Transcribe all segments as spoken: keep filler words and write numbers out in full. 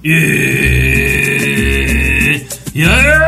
E... E aí?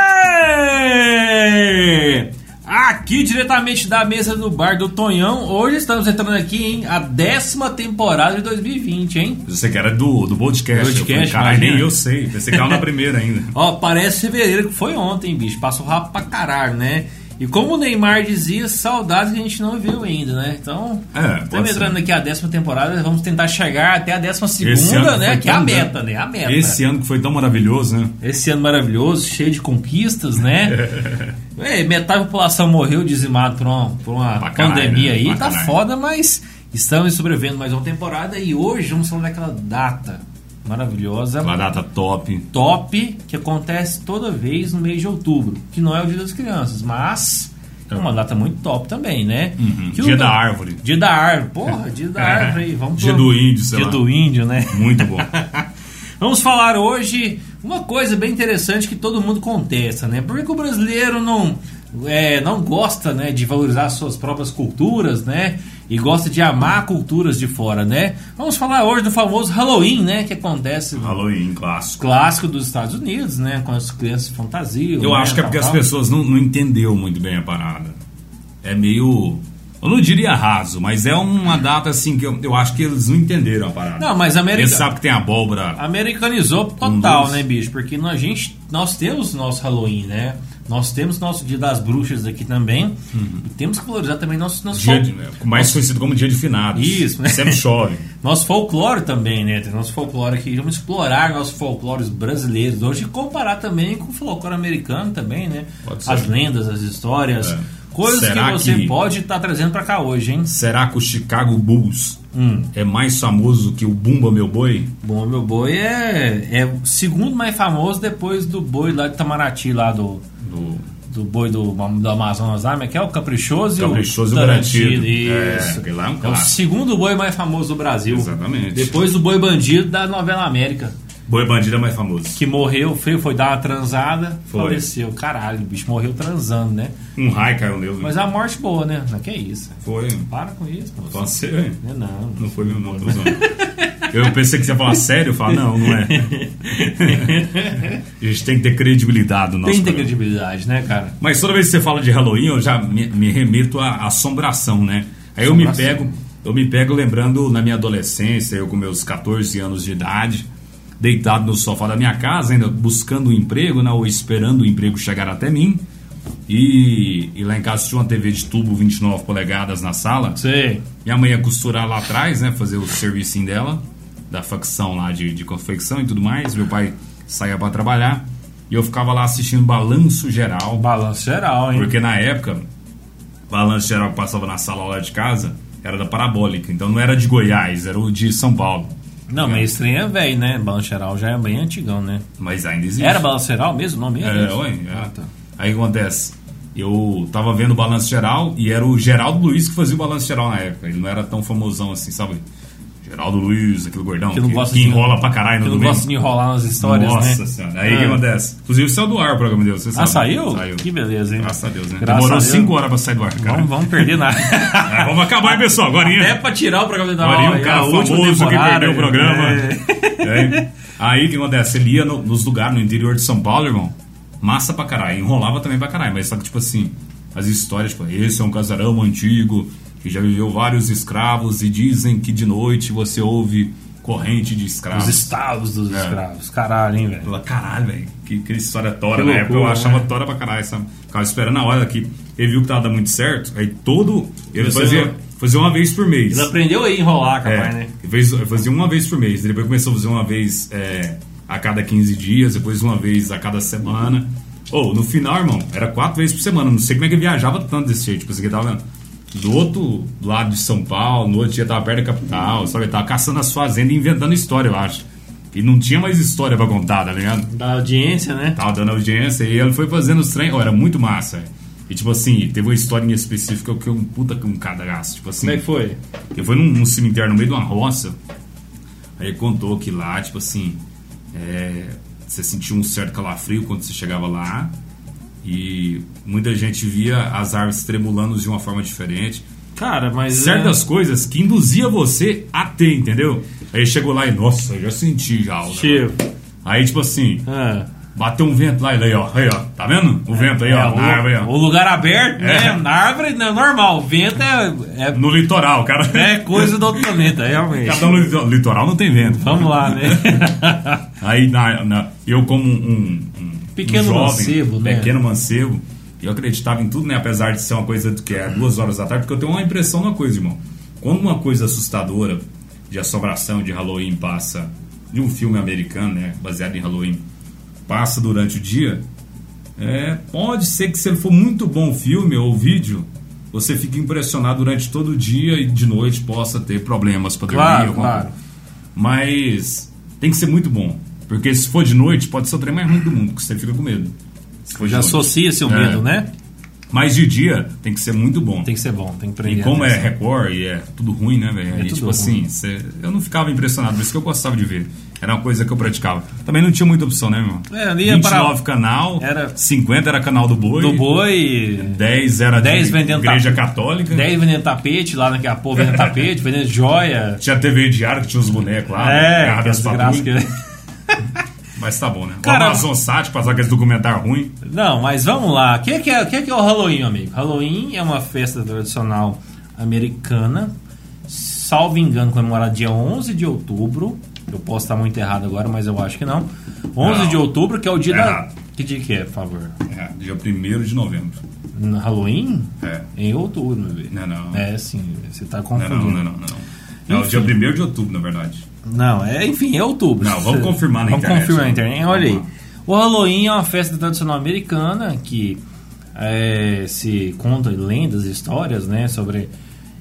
Aqui diretamente da mesa do bar do Tonhão. Hoje estamos entrando aqui em a décima temporada de dois mil e vinte, hein? Você que era do, do podcast. podcast Caralho, nem eu sei. Pensei que era na primeira ainda. Ó, parece fevereiro que foi ontem, bicho. Passou rápido pra caralho, né? E como o Neymar dizia, saudades que a gente não viu ainda, né? Então, é, estamos entrando aqui a décima temporada, vamos tentar chegar até a décima segunda, né? Que é a meta, né? A meta. Esse ano que foi tão maravilhoso, né? Esse ano maravilhoso, cheio de conquistas, né? é, metade da população morreu dizimado por uma, por uma Bacanai, pandemia, né? Aí, Bacanai. Tá foda, mas estamos sobrevivendo mais uma temporada e hoje vamos falar daquela data maravilhosa. Uma data top. Top, que acontece toda vez no mês de outubro, que não é o Dia das Crianças, mas é uma data muito top também, né? Uhum. Que Dia o... da Árvore. Dia da Árvore, porra, Dia da Árvore aí. Vamos Dia pro... do Índio, sei Dia lá. do Índio, né? Muito bom. Vamos falar hoje uma coisa bem interessante que todo mundo contesta, né? Por que o brasileiro não, é, não gosta, né, de valorizar suas próprias culturas, né? E gosta de amar culturas de fora, né? Vamos falar hoje do famoso Halloween, né? Que acontece no Halloween, clássico. clássico dos Estados Unidos, né? Com as crianças fantasiam. Eu né? acho que é porque as pessoas não, não entenderam muito bem a parada. É meio... Eu não diria raso, mas é uma data assim que eu, eu acho que eles não entenderam a parada. Não, mas a América... Eles sabem que tem abóbora. Americanizou total, um né, bicho? Porque nós, gente, nós temos nosso Halloween, né? Nós temos nosso Dia das Bruxas aqui também. Uhum. E temos que valorizar também nosso, nosso dia fol... de, mais nosso... conhecido como Dia de Finados. Isso, né? Sempre chove. Nosso folclore também, né? Tem nosso folclore aqui. Vamos explorar nossos folclores brasileiros hoje e comparar também com o folclore americano também, né? As lendas, as histórias... É. Coisas Será que você que... pode estar tá trazendo pra cá hoje, hein? Será que o Chicago Bulls hum. é mais famoso que o Bumba Meu Boi? Bumba Meu Boi é, é o segundo mais famoso depois do boi lá de Itamaraty, lá do, do... do boi do, do Amazonas lá, que é o Caprichoso, Caprichoso e o Garantido. Isso. É, lá é, um é o segundo boi mais famoso do Brasil. Exatamente. Depois do boi bandido da novela América. Boi bandido é mais famoso. Que morreu, foi, foi dar uma transada, foi. faleceu. Caralho, o bicho morreu transando, né? Um raio caiu nele. Mas a morte boa, né? Não, que é isso? Foi. Para com isso, moço. Pode ser, hein? Não, não. Não foi meu nome, Eu pensei que você ia falar sério, eu falo, não, não é. A gente tem que ter credibilidade no nosso Tem que ter programa. credibilidade, né, cara? Mas toda vez que você fala de Halloween, eu já me, me remeto à assombração, né? Aí eu me pego, eu me pego lembrando na minha adolescência, eu com meus catorze anos de idade, deitado no sofá da minha casa, ainda buscando um emprego, né, ou esperando o emprego chegar até mim. E, e lá em casa tinha uma T V de tubo vinte e nove polegadas na sala. Sei. Minha mãe ia costurar lá atrás, né, fazer o servicinho dela, da facção lá de, de confecção e tudo mais. Meu pai saía para trabalhar e eu ficava lá assistindo Balanço Geral. Balanço Geral, hein? Porque na época, Balanço Geral que passava na sala lá de casa era da Parabólica. Então não era de Goiás, era o de São Paulo. Não, é. mas estranho é velho, né? Balanço Geral já é bem antigão, né? Mas ainda existe. Era Balanço Geral mesmo? Não mesmo? É, ué. É. Ah, tá. Aí o que acontece? Eu tava vendo o Balanço Geral e era o Geraldo Luiz que fazia o Balanço Geral na época. Ele não era tão famosão assim, sabe? Geraldo Luiz, aquele gordão que, não que, gosta que de, enrola pra caralho no que domingo. não gosta de enrolar nas histórias, Nossa né? Nossa senhora. Aí o ah. que acontece? Inclusive saiu do ar o programa dele, você sabe. Ah, saiu? Saiu. Que beleza, hein? Graças a Deus, né? Graças Demorou a Deus. cinco horas pra sair do ar, cara. Vamos, vamos perder nada. é, vamos acabar, hein, pessoal? Agora É pra tirar o programa da Agora um cara famoso que perdeu o programa. É. É. Aí o que acontece? Ele ia no, nos lugares no interior de São Paulo, irmão. Massa pra caralho. Enrolava também pra caralho. Mas só que, tipo assim, as histórias, tipo, esse é um casarão antigo que já viveu vários escravos e dizem que de noite você ouve corrente de escravos. Os estalos dos é. escravos. Caralho, hein, velho? Caralho, velho. Que, que história tora. Que na época eu achava né? tora pra caralho, sabe? Ficava esperando a hora que ele viu que tava dando muito certo. Aí todo... Ele Você fazia, não... fazia uma vez por mês. Ele aprendeu a enrolar, capaz, é, né? Ele fez, fazia uma vez por mês. Depois começou a fazer uma vez é, a cada quinze dias. Depois uma vez a cada semana. Ou, oh, no final, irmão, era quatro vezes por semana. Não sei como é que ele viajava tanto desse jeito. Tipo, assim, ele tava do outro lado de São Paulo, no outro dia tava perto da capital, sabe? Ele tava caçando as fazendas e inventando história, eu acho. E não tinha mais história pra contar, tá ligado? Da audiência, né? Tava dando audiência e ele foi fazendo os trem. Oh, era muito massa. E tipo assim, teve uma história específica que é um puta com um cadastro. Tipo assim. Como é que foi? Ele foi num, num cemitério no meio de uma roça. Aí ele contou que lá, tipo assim, é, você sentia um certo calafrio quando você chegava lá. E muita gente via as árvores tremulando de uma forma diferente. Cara, mas... Certas é... coisas que induzia você a ter, entendeu? Aí chegou lá e, nossa, eu já senti já. O Tipo. Aí, tipo assim, Ah. bateu um vento lá e aí, ó, aí, ó, tá vendo? O vento aí, É, ó, o, na árvore aí, ó. o lugar aberto, né? É. Na árvore, não, normal. O vento é, é, No litoral, cara. é coisa do outro planeta, realmente. Cada um no litoral não tem vento. Vamos lá, né? Aí, na, na- eu como um, um Pequeno um jovem, mancebo, né? pequeno mancebo, eu acreditava em tudo, né? Apesar de ser uma coisa que é duas horas da tarde, porque eu tenho uma impressão de uma coisa, irmão. Quando uma coisa assustadora de assombração, de Halloween passa, de um filme americano, né? Baseado em Halloween, passa durante o dia, é, pode ser que se ele for muito bom o filme ou o vídeo, você fique impressionado durante todo o dia e de noite possa ter problemas para dormir. Claro, alguma claro. coisa. Mas tem que ser muito bom. Porque se for de noite, pode ser o trem mais ruim do mundo, porque você fica com medo. Se for de Já noite. associa seu É. medo, né? Mas de dia tem que ser muito bom. Tem que ser bom, tem que E prender. como é atenção. Record e é tudo ruim, né, velho? Aí, tudo tipo ruim. assim, cê- eu não ficava impressionado, por isso que eu gostava de ver. Era uma coisa que eu praticava. Também não tinha muita opção, né, meu irmão? É, ali ia vinte e nove para- canal, era- cinquenta era canal do Boi, Do boi. dez era dez de vendendo igreja tapete. católica, dez vendendo tapete lá naquela porra, vendendo tapete, vendendo joia. tinha T V diário que tinha os bonecos lá, É, Garra que das desgraça Patrulhas. que... Mas tá bom, né? Cara- o Amazon Sat, passar aquele documentário ruim. Não, mas vamos lá. O que, que, é, o que, que é o Halloween, amigo? Halloween é uma festa tradicional americana, salvo engano, comemorada dia onze de outubro. Eu posso estar muito errado agora, mas eu acho que não. onze Não. de outubro, que é o dia É da... errado. Que dia que é, por favor? É, dia primeiro de novembro. No Halloween? É. Em outubro, meu bem. Não, não. É, sim, você tá Não, confundindo. não, não, não, não. Não, Enfim. dia primeiro de outubro, na verdade. Não, é, enfim, é outubro. Não, vamos Cê- confirmar na vamos internet. confirmar na internet. Olha aí. Vamos lá. O Halloween é uma festa tradicional americana que é, se conta lendas, histórias, né, sobre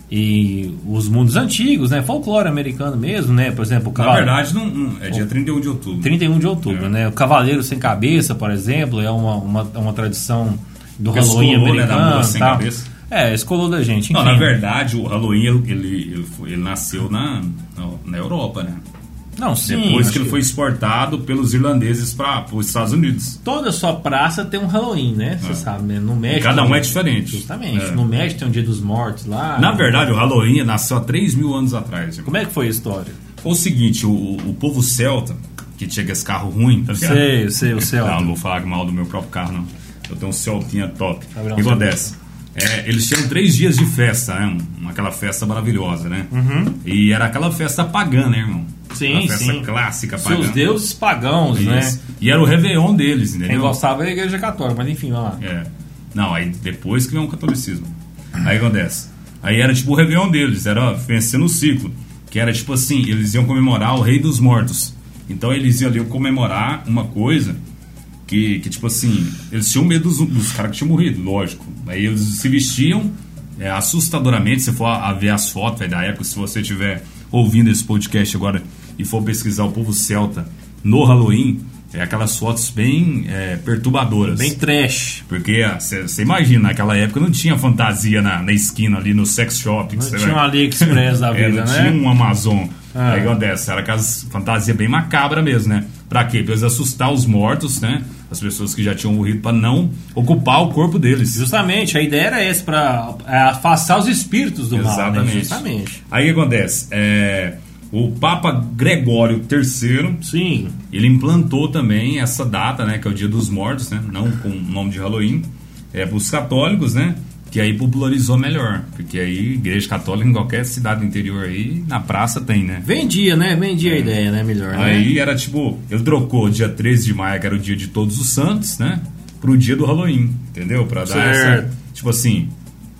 e os mundos antigos, né, folclore americano mesmo, né, por exemplo, o Na cavalo- verdade, não, não- é dia trinta e um de outubro. trinta e um de outubro, É. né, o Cavaleiro Sem Cabeça, por exemplo, é uma, uma, uma tradição do Porque Halloween escolou, né, da americano. mula sem tal. cabeça. É, escolou da gente. Não, enfim. na verdade, o Halloween, ele, ele, ele, foi- ele nasceu na, na, na Europa, né? Não, sim. Depois acho que ele foi exportado pelos irlandeses para os Estados Unidos. Toda sua praça tem um Halloween, né? Você É. sabe, né? No México. Cada um tem- é diferente. Justamente. É. No México tem o Dia dos Mortos lá. Na verdade, o Halloween nasceu há três mil anos atrás. Irmão. Como é que foi a história? Foi o seguinte, o, o povo celta, que tinha esse carro ruim, tá ligado? Sei, eu sei, o céu. Não, não vou falar mal do meu próprio carro, não. Eu tenho um Celtinha top. Tá O vendo? que acontece? É, eles tinham três dias de festa, né? Um- Aquela festa maravilhosa, né? E era aquela festa pagã, né, irmão? Sim, Uma festa sim. clássica pagã. Seus deuses pagãos, né? Isso. E era o Réveillon deles, Quem entendeu? gostava era a igreja católica, mas enfim, vai lá. É. Não, aí depois que vem o catolicismo. Aí acontece. Aí era tipo o Réveillon deles, era vencendo o ciclo. Que era tipo assim, eles iam comemorar o Rei dos Mortos. Então eles iam ali comemorar uma coisa que, que tipo assim, eles tinham medo dos, dos caras que tinham morrido, lógico. Aí eles se vestiam é, assustadoramente. Se for a, a ver as fotos véio, da época, se você estiver ouvindo esse podcast agora e for pesquisar o povo celta no Halloween, é aquelas fotos bem é, perturbadoras. Bem trash. Porque você imagina, naquela época não tinha fantasia na, na esquina ali no sex shop. Não que cê tinha um vai- AliExpress da É, vida, não né? tinha um Amazon. Ah. Aí acontece, era aquelas fantasias bem macabra mesmo, né? Pra quê? Pra eles assustar os mortos, né? As pessoas que já tinham morrido, pra não ocupar o corpo deles. Justamente, a ideia era essa, pra é, afastar os espíritos do mal, né? Exatamente. Justamente. Aí o que acontece? É, o Papa Gregório terceiro, Sim. ele implantou também essa data, né? Que é o Dia dos Mortos, né? Não com o nome de Halloween. É para os católicos, né? Que aí popularizou melhor. Porque aí, igreja católica em qualquer cidade do interior aí, na praça tem, né? Vendia, né? Vendia a ideia, né? Melhor, né? Aí era tipo, ele trocou o dia treze de maio, que era o dia de Todos os Santos, né? Pro dia do Halloween, entendeu? Pra dar Certo. essa. Tipo assim.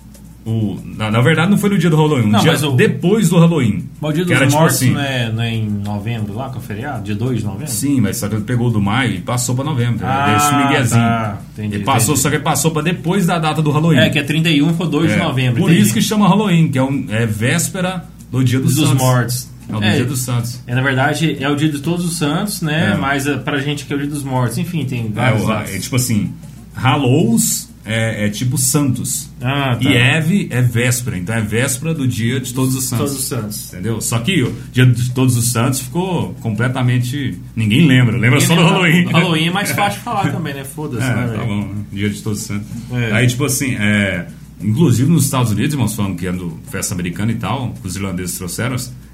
O, na, na verdade, não foi no dia do Halloween, um Não, dia mas o- depois do Halloween. Mas o Dia que dos era, tipo Mortos assim, não, é, não é em novembro lá, que é o feriado? Dia dois de novembro? Sim, mas só que ele pegou do maio e passou pra novembro. Ah, Deu esse miguezinho. tá. Entendi, ele passou, entendi. só que ele passou pra depois da data do Halloween. É, que é trinta e um, foi dois de É, novembro. Por entendi. isso que chama Halloween, que é, um, é véspera do Dia dos, Dos Santos. Mortos. É o do É. Dia dos Santos. É, na verdade, é o dia de Todos os Santos, né? É. Mas é, pra gente que é o dia dos mortos. Enfim, tem É, vários o- dados. é tipo assim, Hallows é, é tipo Santos. Ah, tá. E Eve é véspera, então é véspera do dia de Todos os Santos. Todos os Santos. Entendeu? Só que o dia de Todos os Santos ficou completamente. Ninguém lembra, lembra só do Halloween. O Halloween é mais fácil de falar também, né? Foda-se, É, né, tá velho? bom, né? Dia de Todos os Santos. É. Aí, tipo assim, é, inclusive nos Estados Unidos, irmãos, falando que é do festa americana e tal, que os irlandeses trouxeram,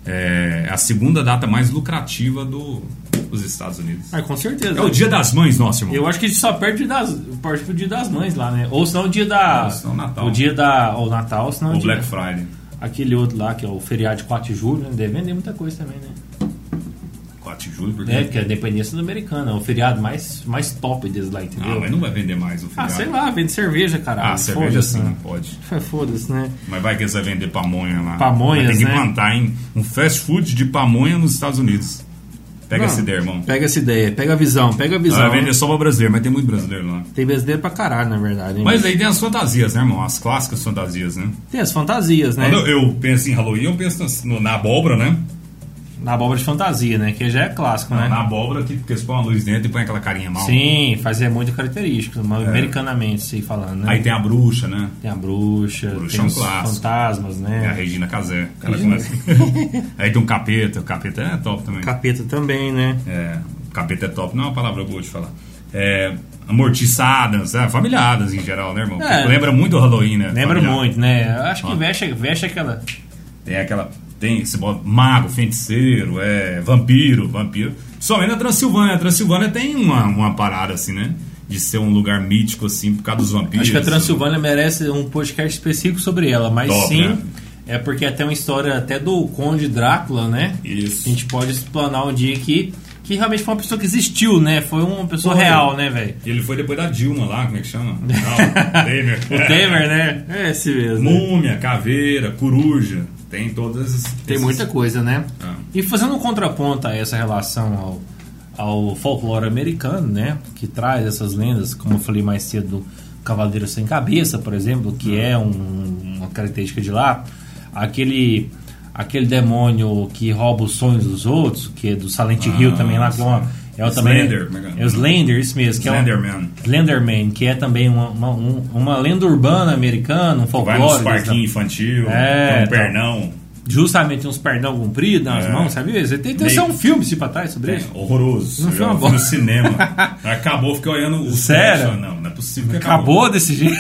é a segunda data mais lucrativa do, dos Estados Unidos. Ah, com certeza. É o Dia das Mães, nosso irmão. Eu acho que a gente só perde o dia das, perde o Dia das Mães lá, né? Ou senão o dia da... Ou senão o Natal. O dia da... Ou Natal, senão o o dia... Black Friday. Aquele outro lá, que é o feriado de quatro de julho, né? Deve vender muita coisa também, né? quatro de julho, porque... É, porque é a independência do americano, é o feriado mais, mais top deles lá, entendeu? Ah, mas não vai vender mais o feriado. Ah, sei lá, vende cerveja, caralho. Ah, cerveja sim, né? não pode. Foda-se, né? Mas vai que eles vão vender pamonha lá. Pamonhas, Tem que né? implantar hein? um fast food de pamonha nos Estados Unidos. Pega Não, essa ideia, irmão. Pega essa ideia, pega a visão, pega a visão. Vai vender só pra brasileiro, mas tem muito brasileiro lá. Tem brasileiro pra caralho, na verdade. Hein? Mas aí tem as fantasias, né, irmão? As clássicas fantasias, né? Tem as fantasias, né? Quando eu penso em Halloween, eu penso no, na abóbora, né? Na abóbora de fantasia, né? Que já é clássico, né? Na abóbora, que, que eles põem a luz dentro e põem aquela carinha mal. Sim, fazia muito característico, americanamente, se falando, né? Aí tem a bruxa, né? Tem a bruxa, Bruxa tem é um os clássico. fantasmas, É a né? Regina Casé. O cara Regina- começa- Aí tem um capeta. O capeta é top também. Capeta também, né? É, capeta é top, não é uma palavra boa de falar. É, amortiçadas, é, familiadas em geral, né, irmão? É. Porque lembra muito do Halloween, né? Lembra Familiar. muito, né? Eu acho que Ó. veste, veste aquela... Tem aquela. Tem esse bota mago, feiticeiro, é, vampiro, vampiro. Somente na Transilvânia. A Transilvânia tem uma, uma parada assim, né? De ser um lugar mítico, assim, por causa dos vampiros. Acho que a Transilvânia merece um podcast específico sobre ela, mas Top, sim, né? é porque até uma história até do Conde Drácula, né? Isso. A gente pode explanar um dia que, que realmente foi uma pessoa que existiu, né? Foi uma pessoa Foi. real, né, velho? E ele foi depois da Dilma lá, como é que chama? Não, Temer. O Temer, né? É esse mesmo. Múmia, caveira, coruja. Tem todas as. Tem esses- muita coisa, né? Ah. E fazendo um contraponto a essa relação ao, ao folclore americano, né? Que traz essas lendas, como eu falei mais cedo, do Cavaleiro Sem Cabeça, por exemplo, que é um- uma característica de lá. Aquele, aquele demônio que rouba os sonhos dos outros, que é do Silent Hill Ah, também lá, que é uma... É o também, Slender, como é que é? é o Slender, isso mesmo. Que Slenderman. É um, Slenderman, que é também uma, uma, um- uma lenda urbana americana, um folclore. Vai nos eles- parquinhos infantil, É, tem um tá. pernão. Justamente uns perdão compridos nas É. mãos, sabe isso? Tem tem Meio- um filme se pra trás sobre É, isso. horroroso. Não Eu foi uma fui bosta. no cinema. Acabou, fiquei olhando o Sério? filme, Não, não é possível que Acabou acabou. desse jeito.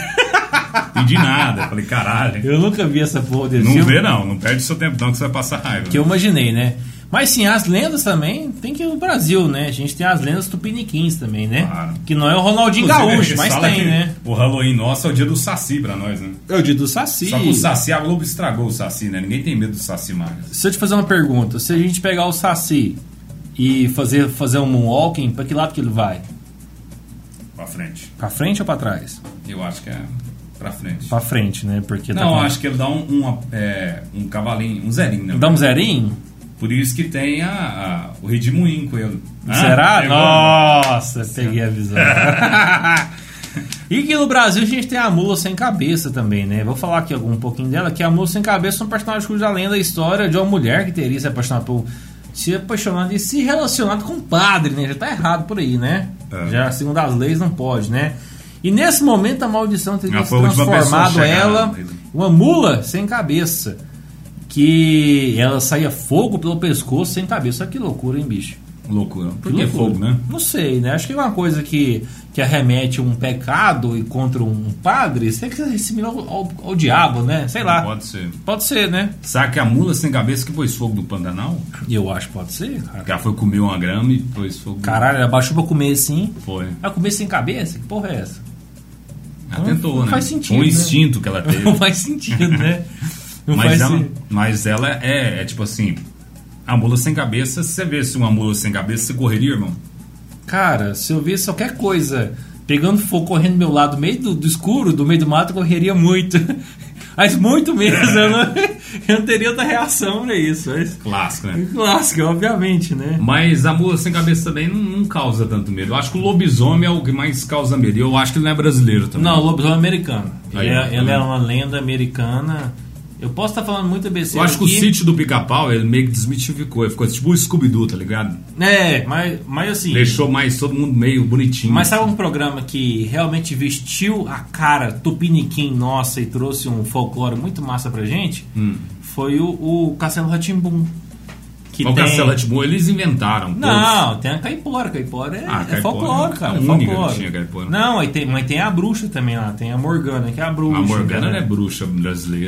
Pedi nada. Falei, caralho. Eu nunca vi essa porra desse Não filme. vê, não. Não perde seu tempo, não, que você vai passar raiva. Que eu imaginei, né? Mas sim, as lendas também tem que ir no Brasil, né? A gente tem as lendas tupiniquins também, né? Claro. Que não é o Ronaldinho Inclusive, Gaúcho, eles mas falam tem, que né? O Halloween nosso é o dia do Saci pra nós, né? É o dia do Saci. Só que o Saci, a Globo estragou o Saci, né? Ninguém tem medo do Saci mais. Se eu te fazer uma pergunta, se a gente pegar o Saci e fazer, fazer um moonwalking, pra que lado que ele vai? Pra frente. Pra frente ou pra trás? Eu acho que é pra frente. Pra frente, né? Porque tá Não, falando- acho que ele dá um, um, é, um cavalinho, um zerinho, né? Dá um zerinho? Por isso que tem a, a- o redemoinho com ele. Ah, Será? pegou? Nossa, peguei a visão. E que no Brasil a gente tem a Mula Sem Cabeça também, né? Vou falar aqui um pouquinho dela, que a Mula Sem Cabeça é um personagem cuja lenda é a história de uma mulher que teria se apaixonado por... Se apaixonado e se relacionado com um padre, né? Já tá errado por aí, né? É. Já, segundo as leis, não pode, né? E nesse momento a maldição teria Ela se foi a última pessoa a transformado chegar ela nele. uma mula sem cabeça. Que ela saía fogo pelo pescoço sem cabeça. Olha que loucura, hein, bicho? Loucura. Por Que que loucura. fogo, né? Não sei, né? Acho que é uma coisa que, que arremete um pecado e contra um padre. Sei que se assimila ao, ao, ao diabo, né? Sei lá. Pode ser. Pode ser, né? Será que a mula sem cabeça que pôs fogo do Pantanal? Eu acho que pode ser, cara. Que ela foi comer uma grama e pôs fogo. Caralho, ela baixou pra comer assim. Foi. Vai comer sem cabeça? Que porra é essa? Ela Não- tentou, não né? faz sentido, Foi um né? instinto que ela teve. Não faz sentido, né? Não mas, faz ela, sentido. mas ela é, é tipo assim. A mula sem cabeça, se você vê se uma mula sem cabeça, você correria, irmão? Cara, se eu visse qualquer coisa pegando fogo correndo do meu lado, no meio do, do escuro, do meio do mato, eu correria muito. Mas muito mesmo. Eu não, eu não teria outra reação pra isso. Mas, Clássico, né? clássico, obviamente, né? Mas a mula sem cabeça também não, não causa tanto medo. Eu acho que o lobisomem é o que mais causa medo. E eu acho que ele não é brasileiro também. Não, o lobisomem é americano. Aí, ele é, tá ele vendo? é uma lenda americana. Eu posso estar falando muito Eu besteira acho que o aqui. sítio do Pica-Pau, ele meio que desmitificou. Ele ficou tipo o Scooby-Doo, tá ligado? É, mas, mas assim... Deixou mais todo mundo meio bonitinho. Mas sabe um programa que realmente vestiu a cara tupiniquim nossa e trouxe um folclore muito massa pra gente? Hum. Foi o, o Castelo Rá-Tim-Bum. Que O tem... Castelo Rá-Tim-Bum, eles inventaram. todos. Não, tem a caipora. Caipora é, Ah, é caipora folclore, é cara. a É única que folclore. tinha caipora. Não, aí tem, mas tem a bruxa também lá. Tem a Morgana, que é a bruxa. A Morgana né? não é bruxa brasileira, pô.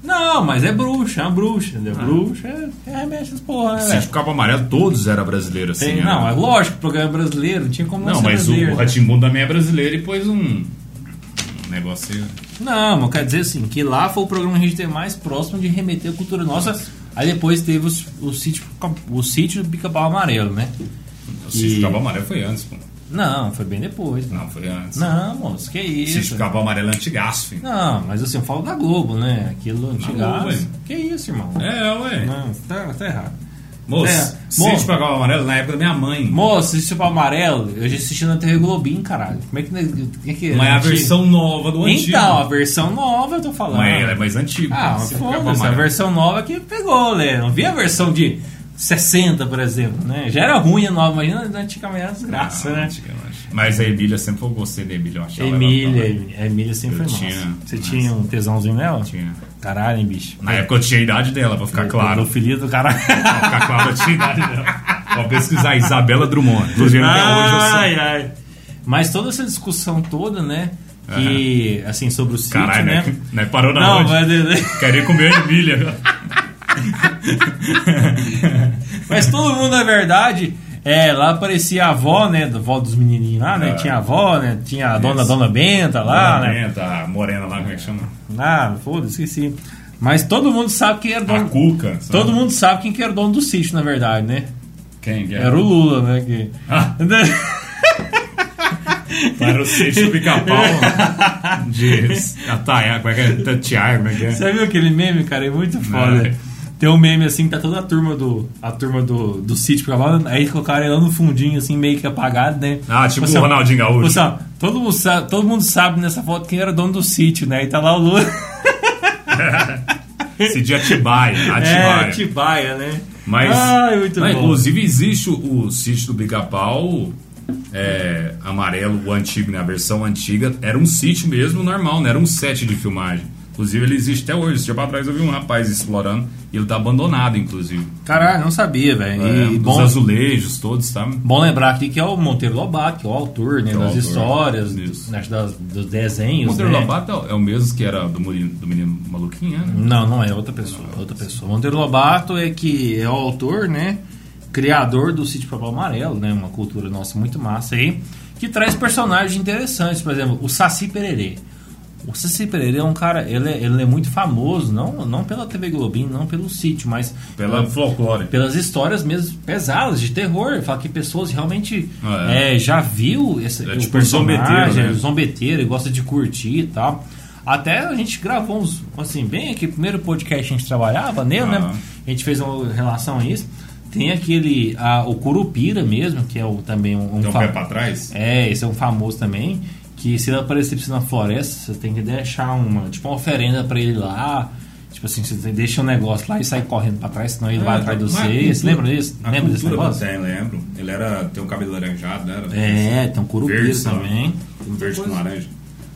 Não, mas é bruxa, é uma bruxa, entendeu? Ah. Bruxa é, é remete essas porra, né? Sítio Pica-Pau Amarelo, todos eram brasileiros, assim. Tem, não, é lógico que o programa é brasileiro, não tinha como não, não ser mas brasileiro. o Rá-Tim-Bum também é brasileiro e pôs um, um negócio aí. Não, mas quer dizer assim, que lá foi o programa que a gente teve mais próximo de remeter a cultura nossa. Nossa. Aí depois teve os, o sítio o sítio do Pica-Pau Amarelo, né? O sítio do Pica-Pau Amarelo foi antes, pô. Não, foi bem depois. Não, foi antes. Não, moço, que isso. Sítio do Pica-Pau Amarelo é antigaço, filho. Não, mas assim, eu falo da Globo, né? Aquilo antigaço. Que isso, irmão? É, ué. Não, tá, tá errado. Moço, é, Sítio do Pica-Pau Amarelo na época da minha mãe. Moço, Sítio do Pica-Pau Amarelo, eu já assisti na T V Globinho, caralho. Como é que, como é que Mas é a versão nova do antigo. Então, a versão nova eu tô falando. Mas ela é mais antiga. Ah, foda-se, a versão nova que pegou, né? Não vi a versão de sessenta, por exemplo, né? Já era ruim a nova, imagina antigamente era desgraça, não, né? Mas a Emília sempre foi gostei da Emília, eu achava. Emília, a Emília sempre eu foi tinha, massa. Você mas... tinha um tesãozinho nela? Tinha. Caralho, hein, bicho? Na época eu tinha a idade dela, pra ficar claro. Do filho do caralho. Pra ficar claro, eu tinha a idade dela. Vou pesquisar, Isabela Drummond. Inclusive, até hoje eu sou. Ai, ai. Mas toda essa discussão toda, né? Que, uhum. assim, sobre o sítio, caralho, né? né? Não é parou na Não, onde? mas... Queria comer a Emília. Mas todo mundo, na verdade, é, lá aparecia a avó, né? A avó dos menininhos lá, né? É. Tinha a avó, né? Tinha a dona, dona Benta lá, dona né? Benta, a morena lá, como é que chama? Ah, foda-se, esqueci. Mas todo mundo sabe quem era dono... A Cuca. Sabe? Todo mundo sabe quem que era dono do sítio, na verdade, né? Quem que era? Era o Lula, né? Que... Ah. Era o sítio do Pica-Pau de Ataiá, como é que é? Tatiar, como é que é? Você viu aquele meme, cara? É muito foda. É. Tem um meme assim, tá toda a turma do a turma do, do sítio Pica-Pau, aí colocaram ele lá no fundinho, assim, meio que apagado, né? Ah, tipo você, o Ronaldinho Gaúcho. Você, todo, mundo sabe, todo mundo sabe nessa foto quem era dono do sítio, né? E tá lá o Lula. Esse de Atibaia. Atibaia. É, Atibaia, né? Mas, Ai, muito mas bom. Inclusive existe o, o sítio do Pica-Pau é, amarelo, o antigo, né? A versão antiga era um sítio mesmo normal, não era um set de filmagem. Inclusive ele existe até hoje. Esse dia pra trás eu vi um rapaz explorando e ele tá abandonado, inclusive. Caralho, não sabia, velho. É, e dos bom, azulejos todos, tá? Bom lembrar aqui que é o Monteiro Lobato, que é o autor, né, é o das autor, histórias, dos, das, dos desenhos. O Monteiro né? Lobato é o mesmo que era do menino, do menino maluquinho, né? Não, não é outra pessoa. É outra pessoa. Monteiro Lobato é que é o autor, né? Criador do Sítio Pica-Pau Amarelo, né? Uma cultura nossa muito massa aí, que traz personagens interessantes, por exemplo, o Saci Pererê. O Saci Pererê é um cara, ele é, ele é muito famoso, não, não pela T V Globinho, não pelo sítio, mas pela, pela folclore, pelas histórias mesmo pesadas de terror. Fala que pessoas realmente ah, é. É, já viu esse é o tipo personagem, zombeteiro, né? zombeteiro, e gosta de curtir e tal. Até a gente gravou uns, assim, bem aqui, o primeiro podcast que a gente trabalhava nele, ah. né? A gente fez uma relação a isso. Tem aquele, a, o Curupira mesmo, que é o, também um... um Tem um fa- pé pra trás? É, esse é um famoso também, que se ele aparecer pra você na floresta, você tem que deixar uma, tipo, uma oferenda pra ele lá. Tipo assim, você deixa um negócio lá e sai correndo pra trás, senão ele é, vai atrás de você. Você lembra disso? A lembra desse negócio? Tem, lembro. Ele era, tem um cabelo laranjado, né? É, tem um Curupira verde, também. Um verde com laranja.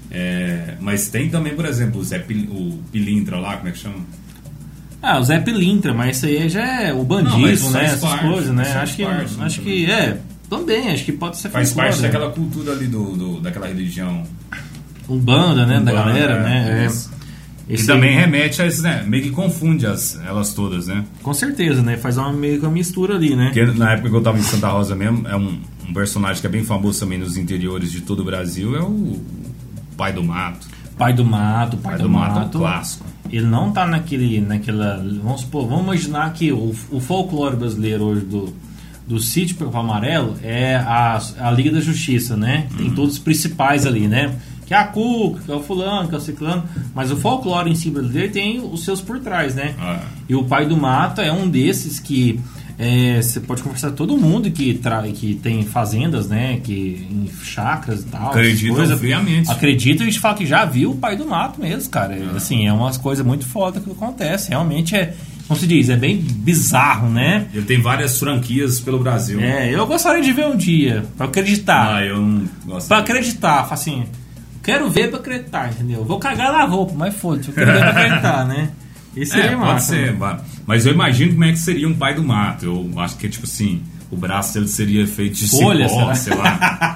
É, mas tem também, por exemplo, o, Zé Pil, o Pilintra lá, como é que chama? Ah, o Zé Pilintra, mas isso aí já é o bandismo, né? Essas parte, coisas, né? Acho que, parte, acho que é, também, acho que pode ser faz parte né? daquela cultura ali do, do, daquela religião Umbanda, né? Umbanda, da galera, é, né? É. E também remete a isso, né? Meio que confunde as, elas todas, né? Com certeza, né? Faz uma meio que uma mistura ali, né? Porque na época que eu tava em Santa Rosa mesmo, é um, um personagem que é bem famoso também nos interiores de todo o Brasil, é o Pai do Mato. Pai do Mato, Pai, Pai do, do Mato, Mato é um clássico. Ele não tá naquele, naquela... Vamos supor, vamos imaginar que o, o folclore brasileiro hoje do, do Sítio Pica-Pau Amarelo é a, a Liga da Justiça, né? Tem uhum. todos os principais ali, né? Que é a Cuca, que é o fulano, que é o ciclano. Mas o folclore em si brasileiro tem os seus por trás, né? Ah. E o Pai do Mato é um desses que... É, você pode conversar com todo mundo que, tra... que tem fazendas, né? Que, em chacras e tal. Acreditam friamente. Acredita e a gente fala que já viu o Pai do Mato mesmo, cara. É, assim, é umas coisas muito foda que acontece. Realmente é, como se diz, é bem bizarro, né? Ele tem várias franquias pelo Brasil. É, eu gostaria de ver um dia, pra acreditar. Ah, eu não gosto. Pra acreditar, assim, quero ver pra acreditar, entendeu? Vou cagar na roupa, mas foda-se, eu quero ver pra acreditar, né? Isso é, é pode massa, ser, né? Mas eu imagino como é que seria um Pai do Mato. Eu acho que, tipo assim, o braço dele seria feito de folha, cipó, sei lá. Tipo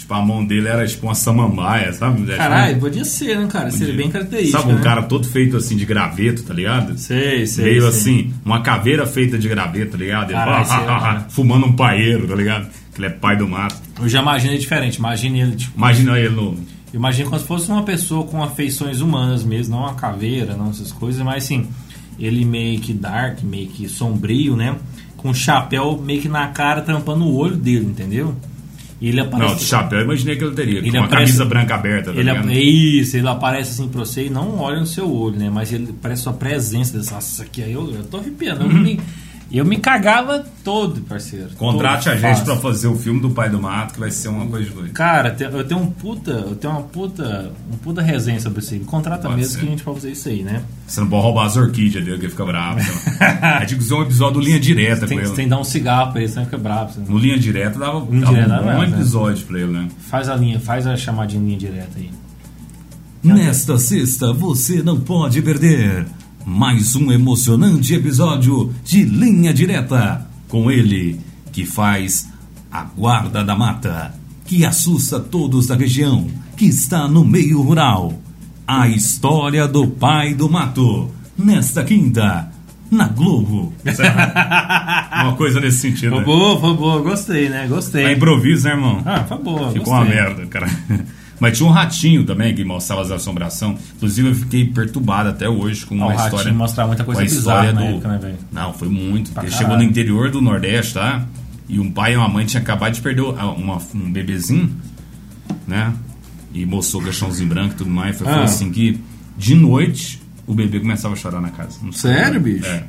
Tipo, a mão dele era tipo uma samambaia, sabe? Caralho, tipo, podia ser, né, cara? Podia. Seria bem característico. Sabe, um né? cara todo feito assim de graveto, tá ligado? Sei, sei. Meio sei. assim, uma caveira feita de graveto, tá ligado? Caralho, ele, ah, fumando um paeiro, tá ligado? Que ele é pai do mato. Eu já imaginei diferente. Imagine ele, tipo. Imagina ele no. Imagina como se fosse uma pessoa com afeições humanas mesmo, não uma caveira, não essas coisas, mas assim, ele meio que dark, meio que sombrio, né? Com um chapéu meio que na cara, tampando o olho dele, entendeu? E ele aparece... Não, de chapéu eu imaginei que ele teria, ele com uma aparece... camisa branca aberta, tá ele ligado? Isso, ele aparece assim pra você e não olha no seu olho, né? Mas ele parece sua presença dessa. Nossa, aqui aí eu, eu tô arrepiando. Uhum. Eu, me, eu me cagava todo, parceiro. Contrate todo, a gente fácil. pra fazer o filme do Pai do Mato, que vai ser uma coisa de doido. Cara, eu tenho um puta, eu tenho uma puta, um puta resenha sobre isso aí. Me contrata Pode mesmo ser. que a gente vai fazer isso aí, né? Você não pode roubar as orquídeas dele, que ele fica bravo. Então. A gente usou um episódio do Linha Direta Tem, com ele. tem que dar um cigarro pra ele, senão ele fica bravo. Senão... No Linha Direta dava, Linha dava direta, um bom não, episódio né? pra ele, né? Faz a linha, faz a chamadinha linha direta aí. Nesta sexta você não pode perder mais um emocionante episódio de Linha Direta com ele que faz a guarda da mata, que assusta todos da região, que está no meio rural. A história do Pai do Mato, nesta quinta, na Globo. Uma coisa nesse sentido. Foi né? boa, foi boa, gostei, né? Gostei. É improviso, né, irmão? Ah, foi boa. Ficou gostei. uma merda, cara. Mas tinha um ratinho também que mostrava as assombrações. Inclusive eu fiquei perturbado até hoje com Ah, uma o história. ratinho mostrava muita coisa com a bizarra história na do... época, né, velho? Não, foi muito. Pra Ele caralho. chegou no interior do Nordeste, tá? E um pai e uma mãe tinham acabado de perder uma, um bebezinho, né? E mostrou o caixãozinho branco e tudo mais. Foi, Ah. foi assim que, de noite, o bebê começava a chorar na casa. Não sei. Sério, bicho? É.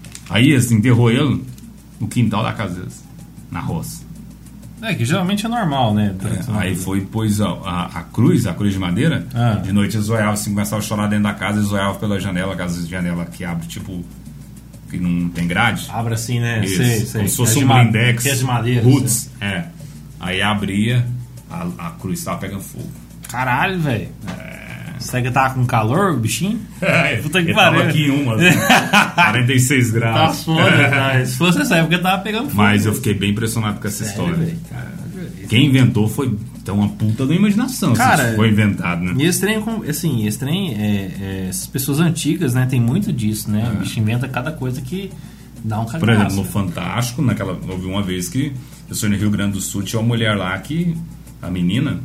Aí eles enterrou ele no quintal da casa deles, na roça. É, que geralmente é normal, né? É, aí foi, pôs a, a, a cruz, a cruz de madeira. Ah. De noite eles zoiavam, assim, começavam a chorar dentro da casa, eles zoiavam pela janela, aquelas janela que abre, tipo, que não tem grade. Abre assim, né? Isso, Sei, sei. como se fosse É de um ma- blindex, que é de madeira. roots. sei. É. Aí abria, a, a cruz tava pegando fogo. Caralho, velho. Será que tava com calor, o bichinho? Puta que Ele pariu. tava aqui em uma, assim, quarenta e seis Tá graus. foda, né? Se fosse essa época, tava pegando fogo. Mas eu fiquei bem impressionado com essa Sério, história. velho? Caralho. Quem inventou foi então, uma puta da imaginação. Cara, se foi inventado, né? E esse trem, assim, esse trem, é, é, essas pessoas antigas, né, tem muito disso, né? O bicho inventa cada coisa que dá um cagaço. Por exemplo, no Fantástico, naquela, houve uma vez que eu sou no Rio Grande do Sul, tinha uma mulher lá que, a menina,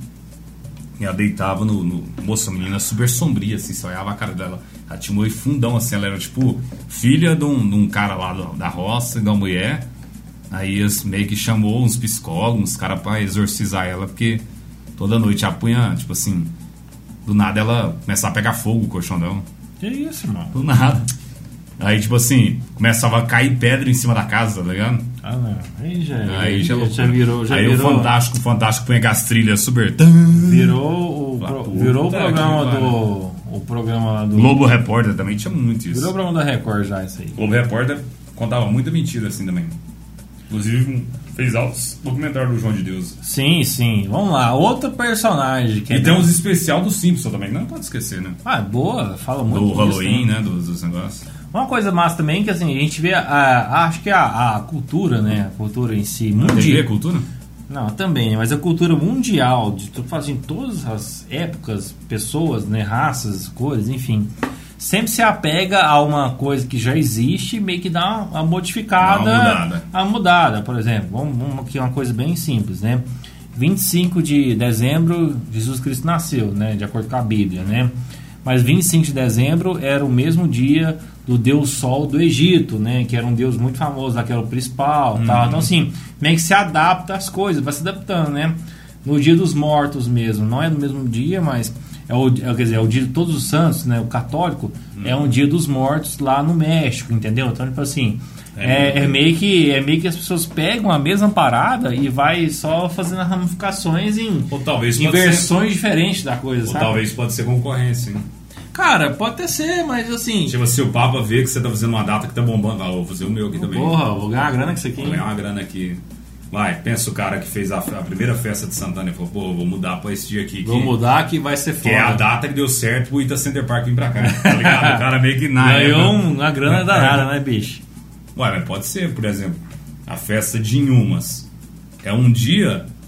ela deitava no, no moça, a menina super sombria, assim, só olhava a cara dela. Ela tinha um olho fundão, assim, ela era tipo filha de um, de um cara lá do, da roça, de uma mulher. Aí eles meio que chamou uns psicólogos, uns caras pra exorcizar ela, porque toda noite ela punha, tipo assim, do nada ela começava a pegar fogo o colchão dela. Que isso, irmão? Do nada. Aí, tipo assim, começava a cair pedra em cima da casa, tá ligado? Ah, não. Aí já, Aí já, já virou, já aí virou. o Fantástico, o Fantástico põe aquelas trilhas super. Virou o, pro- Puta virou o que programa pariu. do. O programa lá do. Globo Repórter também tinha muito isso. Virou o programa da Record já, isso aí. Globo Repórter contava muita mentira assim também. Inclusive fez altos documentários do João de Deus. Sim, sim. Vamos lá. Outro personagem que E é. tem uns especial do Simpson também, que não pode esquecer, né? Ah, boa, fala muito Do disso, Halloween, né? né? Dos, dos negócios. Uma coisa massa também que assim, a gente vê a, a- acho que a, a cultura, né? A cultura em si, T V é mundial. cultura? Não, também, mas a cultura mundial, de tu faz em todas as épocas, pessoas, né, raças, cores, enfim, sempre se apega a uma coisa que já existe e meio que dá uma modificada, Dá uma mudada. a mudada, por exemplo. Vamos, vamos aqui uma coisa bem simples, né? vinte e cinco de dezembro, Jesus Cristo nasceu, né? De acordo com a Bíblia, né? Mas vinte e cinco de dezembro era o mesmo dia do Deus Sol do Egito, né? Que era um deus muito famoso, lá que era o principal, Uhum. tal. Então, assim, meio que se adapta às coisas, vai se adaptando, né? No dia dos mortos mesmo, não é no mesmo dia, mas é o, é, quer dizer, é o dia de Todos os Santos, né? O católico Uhum. é um dia dos mortos lá no México, entendeu? Então, tipo assim, É, é, é meio que é meio que as pessoas pegam a mesma parada e vai só fazendo ramificações em, Ou talvez em pode ser- versões diferentes da coisa, Ou sabe? talvez pode ser concorrência, hein? Cara, pode até ser, mas assim. Tipo, se o Papa vê que você tá fazendo uma data que tá bombando, ah, vou fazer o meu aqui também. Porra, vou ganhar uma grana com isso aqui. Vou ganhar uma grana aqui. Vai, pensa o cara que fez a, a primeira festa de Santana e falou, pô, vou mudar pra esse dia aqui. Vou que, mudar que vai ser que foda. é a data que deu certo pro Ita Center Park vir pra cá. Tá ligado? O cara meio que na Ganhou época- uma grana danada, né, bicho? Ué, mas pode ser, por exemplo, a festa de Inhumas. É um dia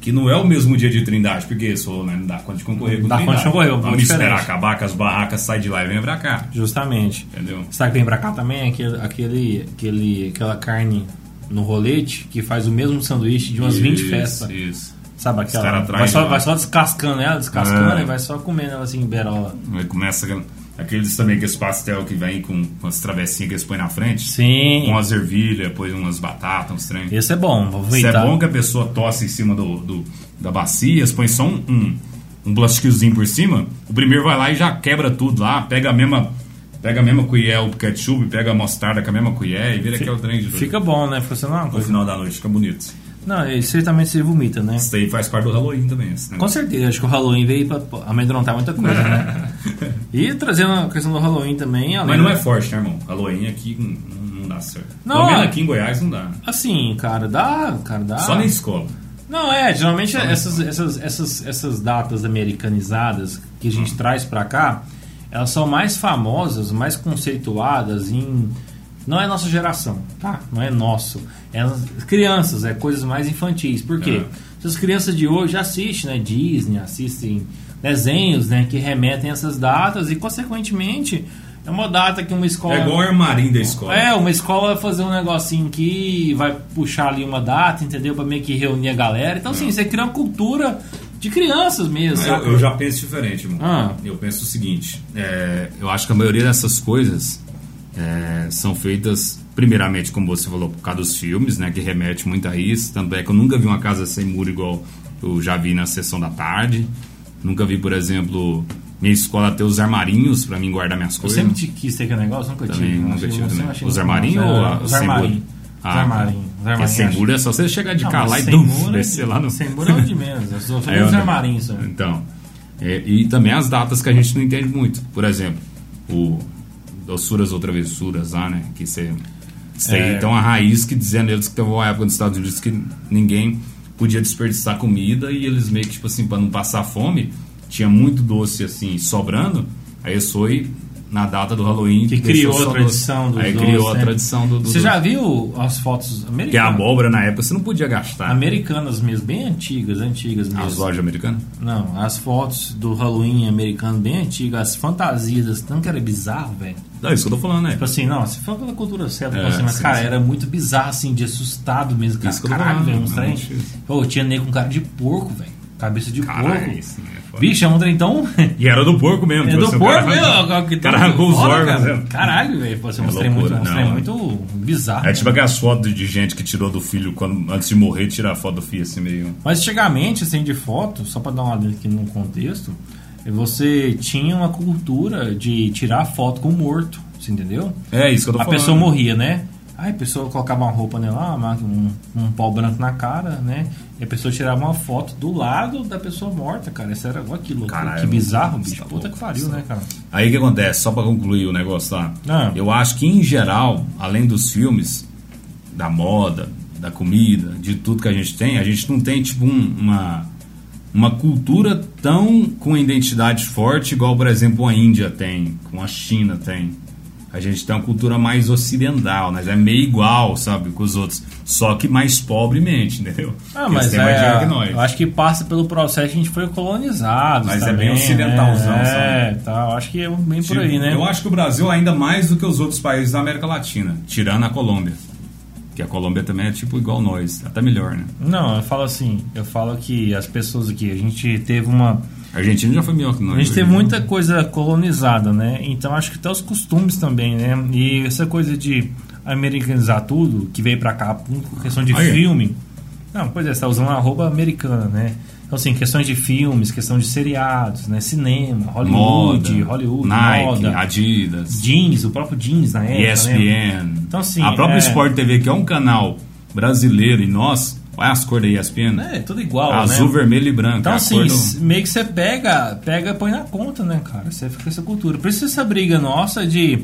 que não é o mesmo dia de Trindade, porque isso, né, não dá conta de concorrer com Dá Trindade. conta de concorrer, Vamos diferente. esperar acabar com as barracas, sai de lá e vem pra cá. Justamente. Entendeu? Sabe que vem pra cá também? Aquele, aquele, aquele, aquela carne no rolete que faz o mesmo sanduíche de umas vinte Isso, festas. Isso. Sabe Os aquela? cara Vai atrás só, de vai lá. só descascando ela, descascando É. e vai só comendo ela assim em berola. Aí começa aquele- aqueles também, aqueles pastel que vem com, com as travessinhas que eles põem na frente. Sim. Com as ervilhas, põe umas batatas, uns trem. Esse é bom. Vou Isso é aproveitar. bom que a pessoa tosse em cima do, do- da bacia, põe só um, um, um plastiquinhozinho por cima. O primeiro vai lá e já quebra tudo lá, pega a mesma, pega a mesma colher, o ketchup, pega a mostarda com a mesma colher e vira aquele trem de tudo. Fica bom, né? Você não é uma No coisa. final da noite fica bonito. Não, isso aí também se vomita, né? Isso aí faz parte do Halloween também. Esse Com negócio. certeza, acho que o Halloween veio pra amedrontar muita coisa, né? E trazendo a questão do Halloween também, além Mas não da- é forte, né, irmão? Halloween aqui não, não dá certo. Não, Pelo menos é- aqui em Goiás não dá. Assim, cara, dá, cara, dá. Só na escola. Não, é, geralmente Só na essas, essas, essas, essas datas americanizadas que a gente Hum. traz pra cá, elas são mais famosas, mais conceituadas em... Não é nossa geração, tá? Não é nosso. É as crianças, é coisas mais infantis. Por quê? É. Essas crianças de hoje assistem, né? Disney, assistem desenhos, né? Que remetem a essas datas e, consequentemente, é uma data que uma escola... É igual o armarinho da escola. É, uma escola vai fazer um negocinho que vai puxar ali uma data, entendeu? Pra meio que reunir a galera. Então, assim, você cria uma cultura de crianças mesmo, Eu, sabe? eu já penso diferente, irmão. Ah. Eu penso o seguinte: é, eu acho que a maioria dessas coisas é, são feitas, primeiramente, como você falou, por causa dos filmes, né? Que remete muito a isso. Tanto é que eu nunca vi uma casa sem muro igual eu já vi na sessão da tarde. Nunca vi, por exemplo, minha escola ter os armarinhos pra mim guardar minhas Eu coisas. sempre te quis ter aquele negócio, nunca Também, tive. nunca Achei- tive eu também. sempre achei Os muito armarinhos massa. ou É, a- os sem armarinhos. muro? Os armarinhos. Os Porque armarinhos. sem muro é só você chegar de Não, cá mas lá e sem dum, muro é descer de- lá no... Sem muro é o de menos. Eu sou Aí os eu- armarinhos. Só. Então, é, e também as datas que a gente não entende muito. Por exemplo, o doçuras ou travessuras lá, né? Que você Isso aí É. tem uma raiz que dizendo eles que teve uma época nos Estados Unidos que ninguém podia desperdiçar comida e eles meio que, tipo assim, para não passar fome, tinha muito doce assim sobrando. Aí isso foi na data do Halloween Que deixou criou a só tradição doce. do Aí doce, criou a né? tradição do, do Você já doce. viu as fotos americanas? Que a abóbora na época você não podia gastar. Americanas mesmo, bem antigas, antigas mesmo. As lojas americanas? Não, as fotos do Halloween americano bem antigas, as fantasias, tanto que era bizarro, velho. É isso que eu tô falando, né? Tipo assim, não, se for pela cultura certa, É, tipo assim, mas sim, cara, sim. era muito bizarro, assim, de assustado mesmo, cara. Isso que eu tô Caralho, falando, velho, uns é trem. muito difícil. Pô, tinha nego com cara de porco, velho. Cabeça de Caralho, porco. isso é foda. Bicho, é um trem então. E era do porco mesmo. É tipo do assim, o porco cara arrancou- mesmo. que O cara tudo arrancou os fora, órgãos. cara. né? Caralho, velho. Pô, assim, É um trem muito, loucura, um trem não, muito bizarro. É tipo né? aquelas fotos de gente que tirou do filho quando, antes de morrer, tirar a foto do filho assim meio. Mas antigamente, assim, de foto, só pra dar uma olhada aqui no contexto, você tinha uma cultura de tirar foto com o morto, você entendeu? É isso que eu tô A falando. pessoa morria, né? Aí a pessoa colocava uma roupa nela, uma- um, um pau branco na cara, né? E a pessoa tirava uma foto do lado da pessoa morta, cara. Isso era olha que louco, Caralho, que bizarro, mano, bicho. tá Puta louco, que pariu, tá né, cara? Aí o que acontece? Só pra concluir o negócio lá. Ah. Eu acho que em geral, além dos filmes, da moda, da comida, de tudo que a gente tem, a gente não tem tipo um- uma, uma cultura tão com identidade forte igual, por exemplo, a Índia tem, como a China tem. A gente tem uma cultura mais ocidental, mas é meio igual, sabe, com os outros. Só que mais pobremente, entendeu? Ah, Porque mas eles têm mais dinheiro que é, nós. eu acho que passa pelo processo que a gente foi colonizado. Mas é também, bem ocidentalzão, né? É, sabe? tá, eu acho que é bem por aí, Tipo, né? Eu acho que o Brasil ainda mais do que os outros países da América Latina, tirando a Colômbia. Que a Colômbia também é tipo igual nós, até melhor, né? Não, eu falo assim, eu falo que as pessoas aqui, a gente teve uma... A Argentina já foi melhor que nós. A gente hoje, teve né? muita coisa colonizada, né? Então acho que até os costumes também, né? E essa coisa de americanizar tudo, que veio pra cá por questão de Aí. filme. Não, pois é, você tá usando uma roupa americana, né? Então, assim, questões de filmes, questão de seriados, né? Cinema, Hollywood, Moda, Hollywood, Nike, moda, Adidas, jeans, o próprio jeans na época, E S P né? N. Então, assim, a própria é- Sport T V, que é um canal brasileiro e nós, olha as cores da E S P N. É, tudo igual, Azul, né? vermelho e branco. Então, a assim, cor do- s- meio que você pega, pega e põe na conta, né, cara? Você fica com essa cultura. Por isso essa briga nossa de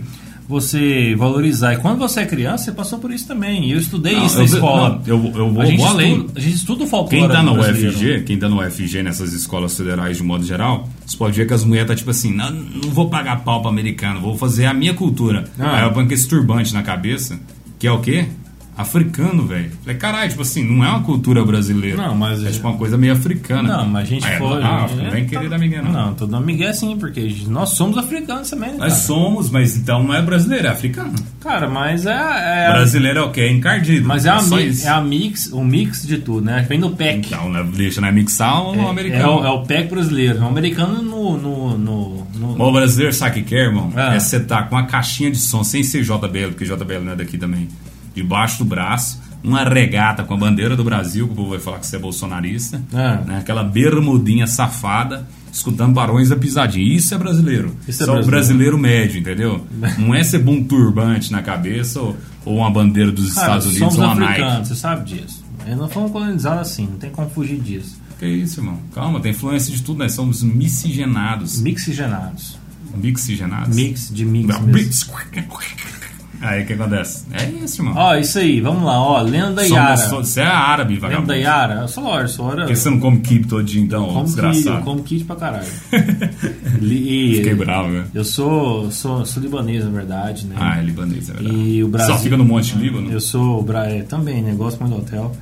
você valorizar. E quando você é criança, você passou por isso também. E eu estudei Não, isso na eu- escola. não, eu- eu vou- a gente vou além. estuda, a gente estuda o folclore Quem tá na U F brasileiro. G, quem tá no U F G nessas escolas federais de modo geral, você pode ver que as mulheres tá tipo assim, não, não vou pagar pau pra americano, vou fazer a minha cultura. Ah. Aí ela põe com esse turbante na cabeça, que é o quê? africano, velho. Falei, caralho, tipo assim, não é uma cultura brasileira. Não, mas... É tipo uma coisa meio africana. Não, mas a gente aí, foi... Ah, não vem querer dar migué, não. Não, tô dando migué sim, porque nós somos africanos também, né, Nós cara? somos, mas então não é brasileiro, é africano. Cara, mas é... é brasileiro é o quê? É encardido. Mas é, a só mix, isso. é a mix, o mix de tudo, né? Vem no pack. Então, né, deixa, não é mixar o É, americano. é, o, é o pack brasileiro. O americano no... no, no, no... O brasileiro sabe o que quer, irmão? Ah. É você tá com uma caixinha de som, sem ser J B L, porque J B L não é daqui também, debaixo do braço, uma regata com a bandeira do Brasil, que o povo vai falar que você é bolsonarista, Ah. né? Aquela bermudinha safada, escutando Barões da Pisadinha. Isso é brasileiro. Isso é Só o brasileiro. brasileiro médio, entendeu? Não é ser bom turbante na cabeça ou, ou uma bandeira dos Cara, Estados Unidos somos ou uma africanos, Nike. você sabe disso. Eles não fomos colonizados assim, não tem como fugir disso. Que isso, irmão? Calma, tem influência de tudo, nós somos miscigenados. Mixigenados. Mixigenados? Mix de mix mesmo. Mix. Aí o que acontece? É isso, irmão. Ó, isso aí, vamos lá, ó. Lenda da Somos- Yara. Você é árabe, Lenda vagabundo. da Yara? Eu sou lógico, sou hora. Por que você não come kibe todo dia, então, Como que, desgraçado? como kit pra caralho. Li- Fiquei bravo, né? Eu sou, sou, sou libanês, na verdade, né? Ah, é libanês, é verdade. E o Brasil... Só fica no Monte Líbano? Eu sou bra... é, também, né? Gosto muito do hotel.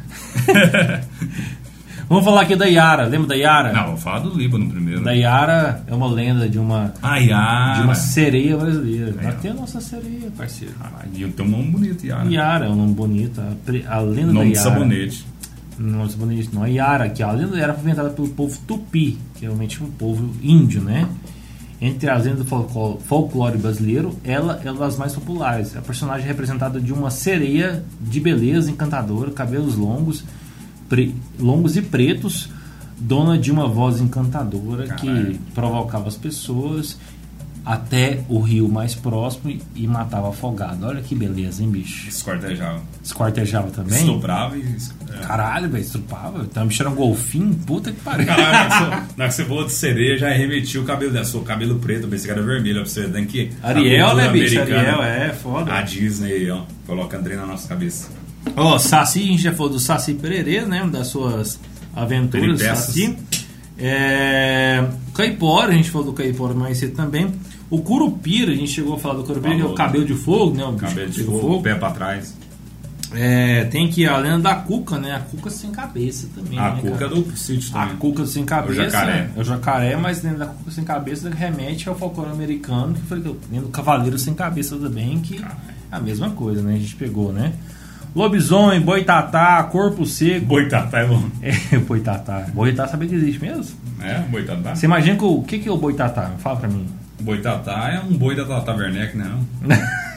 Vamos falar aqui da Yara. Lembra da Yara? Não, vou falar do Líbano primeiro. Da Yara é uma lenda de uma, Ah, Yara. de uma sereia brasileira. Aí, Nós ó. temos a nossa sereia, parceiro. Caralho, e eu tenho um nome bonito, Yara. Yara é um nome bonito. A, pre- a lenda Nome da de Yara. sabonete. Não, é sabonete, não. A Yara, que a lenda da Yara foi inventada pelo povo tupi, que é realmente um povo índio, né? Entre as lendas do folclore, folclore brasileiro, ela é uma das mais populares. A personagem é representada de uma sereia de beleza encantadora, cabelos longos, pre- longos e pretos, dona de uma voz encantadora. Caralho. Que provocava as pessoas até o rio mais próximo e, e matava afogado. Olha que beleza, hein, bicho? Escortejava. Esquartejava também? Estuprava e... É. Caralho, velho, estrupava. Então, bicho era um golfinho, puta que pariu. Caralho, na hora que você- na hora que você falou de sereia, já remetiu o cabelo dela. Seu cabelo preto, eu pensei que era vermelho. Pra você tem que... Ariel, a né, cultura bicho? americana, Ariel, é, foda. A Disney aí, ó. Coloca André na nossa cabeça. Ó, Saci, a gente já falou do Saci Pererê, né? Das suas aventuras, Peripécias. Saci. É... Caipora, a gente falou do Caipora mais cedo também. O Curupira, a gente chegou a falar do Curupira, que é o Falou. cabelo de fogo, né? O bicho Cabelo de pega fogo, pé pra trás. É, tem aqui a lenda da Cuca, né? A Cuca sem cabeça também. A né, Cuca cara? é do sítio A também. Cuca sem cabeça. O jacaré. É o jacaré, mas dentro da Cuca sem cabeça remete ao folclore americano, que foi dentro do Cavaleiro sem cabeça também, que é a mesma coisa, né? A gente pegou, né? Lobisomem, boitatá, corpo seco. Boitatá é bom. É, boitatá. Boitatá, sabe que existe mesmo? É, boitatá. Você imagina que o, o que, que é o boitatá? Fala pra mim. Boitatá é um boi da Tata Werneck, né? Não?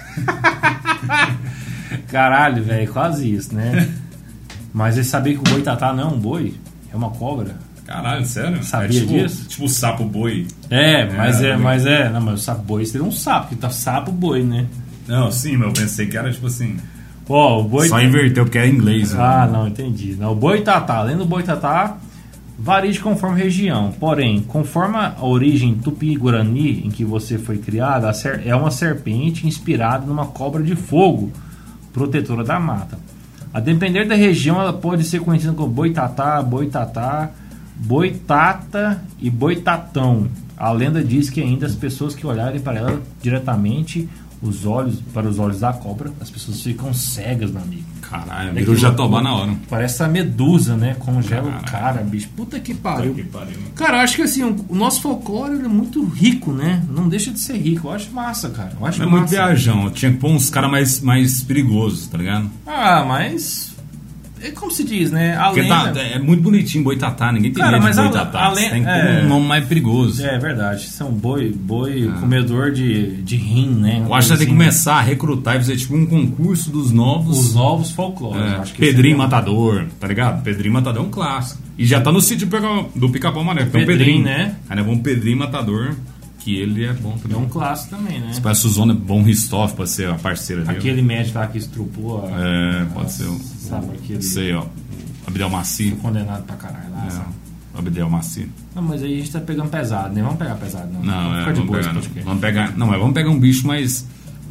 Caralho, velho, quase isso, né? Mas você sabia que o boitatá não é um boi? É uma cobra? Caralho, sério? Sabia é tipo, disso? Tipo o sapo boi. É, mas é, também. mas é. Não, mas o sapo boi seria um sapo, que tá sapo boi, né? Não, sim, mas eu pensei que era tipo assim. Ó, o boi. Só inverteu porque é inglês. Ah, né? não, entendi. Não, o boitatá, além do boitatá, varia de conforme região. Porém, conforme a origem tupi-guarani em que você foi criado, a ser- é uma serpente inspirada numa cobra de fogo, protetora da mata. A depender da região, ela pode ser conhecida como boitatá, boitatá, boitata e boitatão. A lenda diz que ainda as pessoas que olharem para ela diretamente, os olhos para os olhos da cobra, as pessoas ficam cegas, meu amigo. Caralho, É virou que jatobá loucura. na hora. Parece a medusa, né? Congela o Caralho. cara, bicho. Puta que pariu. Que pariu. Cara, eu acho que assim, o o nosso folclore ele é muito rico, né? Não deixa de ser rico. Eu acho massa, cara. Eu acho É muito massa. viajão. Tinha que pôr uns caras mais, mais perigosos, tá ligado? Ah, mas. É como se diz, né? A Porque lenda. tá, é muito bonitinho boitatá, ninguém tem Cara, medo mas de a- boitatá. a Você len- tem que pôr é. um nome mais perigoso. É verdade. São boi, boi comedor de, de rim, né? Eu acho que você tem que Assim, começar a recrutar e fazer tipo um concurso dos novos. Os novos folclores. É, eu acho que Pedrinho isso é- Matador, tá ligado? Pedrinho Matador é um clássico. E já tá no sítio do Pica- do Pica-Pau Amarelo. Tem um Pedrinho, Pedrinho, né? Aí nós vamos um Pedrinho Matador, que ele é bom É também. um clássico também, né? Parece que o Suzona é bom Ristoff pra ser a parceira dele. Aquele médico lá que estrupou a. É, pode ser o. Sabe aquele. Sei, ó. Abdel Maci. Condenado pra caralho lá. sabe? É, Abdel Maci. Não, mas aí a gente tá pegando pesado, né? Vamos pegar pesado, não. Não, vamos é. ficar de Vamos boa pegar, esse podcast. vamos pegar. Não, mas vamos pegar um bicho mais.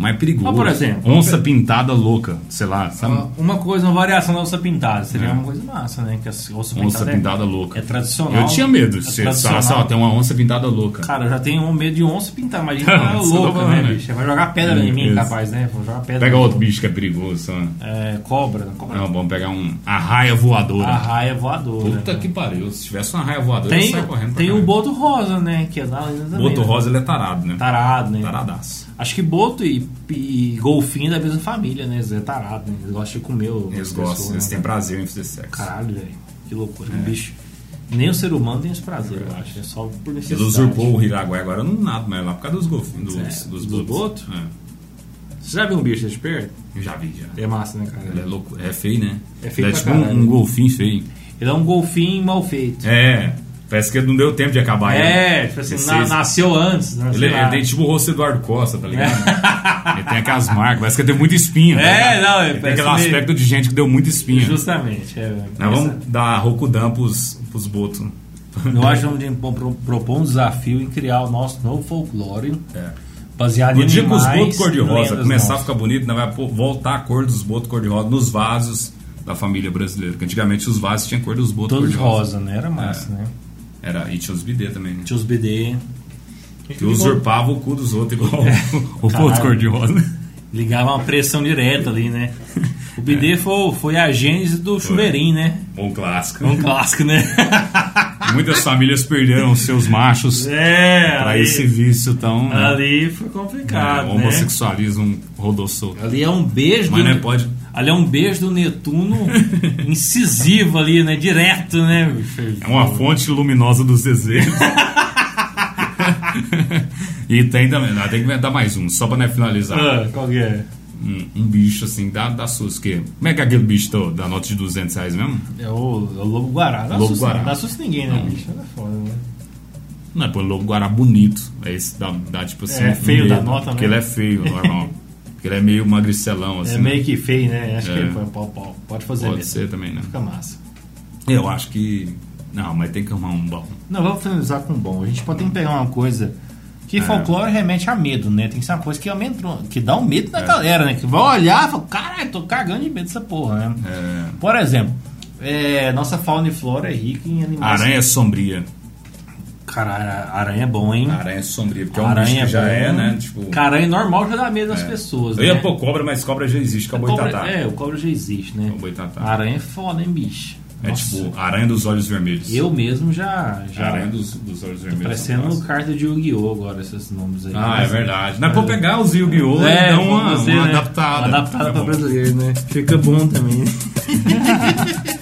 mais perigoso. Mas, por exemplo, onça pintada louca, sei lá, sabe? Uma coisa, uma variação da onça pintada seria é. uma coisa massa, né? Que a onça pintada, onça pintada é, louca. É tradicional. Eu tinha medo. É Você fala só, tem uma onça pintada louca. Cara, eu já tenho medo de onça pintada, imagina ela louca, né, bicho? Você vai jogar pedra é, em mim, capaz, né? Vou jogar pedra. Pega outro bicho que é perigoso, sabe? É, cobra. cobra. Não, vamos pegar um arraia voadora. Arraia voadora. Puta que pariu. Se tivesse uma arraia voadora, tem, eu saia correndo. Tem o boto rosa, né? Que é da linda também. Boto rosa, ele é tarado, né? Tarado, né? Taradaço. Acho que boto e, e golfinho é da mesma família, né? Eles é tarado, né? Eles gostam de comer o. Eles gostam, pessoa, eles né? têm prazer em fazer sexo. Caralho, velho. Que loucura. É. Um bicho. Nem o ser humano tem esse prazer, eu acho. É só por necessidade. Ele usurpou o Hiraguai, agora não nada mais lá por causa dos golfinhos, dos, é, dos, dos botos. É. Você já viu um bicho desse perto? Eu já vi, já. É massa, né, cara? Ele é louco, é feio, né? É feio ele é pra tipo caralho. um, um golfinho feio. Ele é um golfinho mal feito. É. Parece que não deu tempo de acabar. É, tipo assim, na, nasceu antes. Né, ele, ele tem tipo o rosto do Eduardo Costa, tá ligado? É. Ele tem aquelas marcas, parece que ele tem muita espinha. É, tá não, ele tem aquele meio... aspecto de gente que deu muita espinha. Justamente. É, Nós vamos dar Rokudan pros, pros botos. Eu acho que vamos propor um desafio em criar o nosso novo folclore. É. Baseado no em dia que os botos cor-de-rosa começar nossas. a ficar bonito, nós vamos voltar a cor dos botos cor-de-rosa nos vasos da família brasileira. Porque antigamente os vasos tinham cor dos botos todos cor-de-rosa. rosa, né? Era massa, é. né? Era, e tinha os bidê também, né? Tinha os bidê. Que usurpava o cu dos outros igual é. o boto cor-de-rosa. Ligava uma pressão direta ali, né? O bidê é. foi, foi a gênese do foi. chuveirinho, né? Um clássico. Um clássico, né? Muitas famílias perderam seus machos é, pra ali, esse vício tão... Ali foi complicado, é, o homossexualismo né? rodou solto. Ali é um beijo Mas do... não pode... Ali é um beijo do Netuno incisivo ali, né? Direto, né? É uma fonte luminosa dos desejos. E tem também, não, tem que inventar mais um, só pra não finalizar. Ah, qual que é? Um, um bicho assim, da, da SUS, que... Como é que é aquele bicho todo, da nota de duzentos reais mesmo? É o, é o Lobo-Guará. Não Lobo Guará. Não dá susto ninguém, né, bicho? É foda, né? Não é pô, Lobo-Guará bonito. É esse, dá, dá tipo assim... É feio medo, da nota, porque né? Porque ele é feio, normal. Porque ele é meio magricelão, assim. É meio que feio, né? Acho é. que ele pode, pode, pode fazer Pode mesmo. ser também, né? Fica massa. Eu acho que... Não, mas tem que arrumar um bom. Não, vamos finalizar com bom. A gente pode ter que pegar uma coisa... Que é. folclore remete a medo, né? Tem que ser uma coisa que aumenta, que dá um medo na é. galera, né? Que vai olhar e fala, caralho, tô cagando de medo dessa porra, né? É. Por exemplo, é, nossa fauna e flora é rica em animais. Aranha sombria. Cara, aranha é bom, hein? Aranha sombria, porque é um aranha bicho que é já bom. é, né? Tipo... Cara, aranha normal já dá medo das é. pessoas, Eu ia né? pôr cobra, mas cobra já existe, que é o boitatá. É, o cobra já existe, né? É o boitatá. A aranha é foda, hein, bicho? É Nossa. tipo aranha dos olhos vermelhos. Eu mesmo já... já aranha dos, dos olhos vermelhos. Parecendo carta de Yu-Gi-Oh! Agora, esses nomes aí. Ah, é verdade. Não é pra pegar os Yu-Gi-Oh! É, e dar uma, você, uma né? adaptada. Uma adaptada pra brasileiro, né? Fica bom também.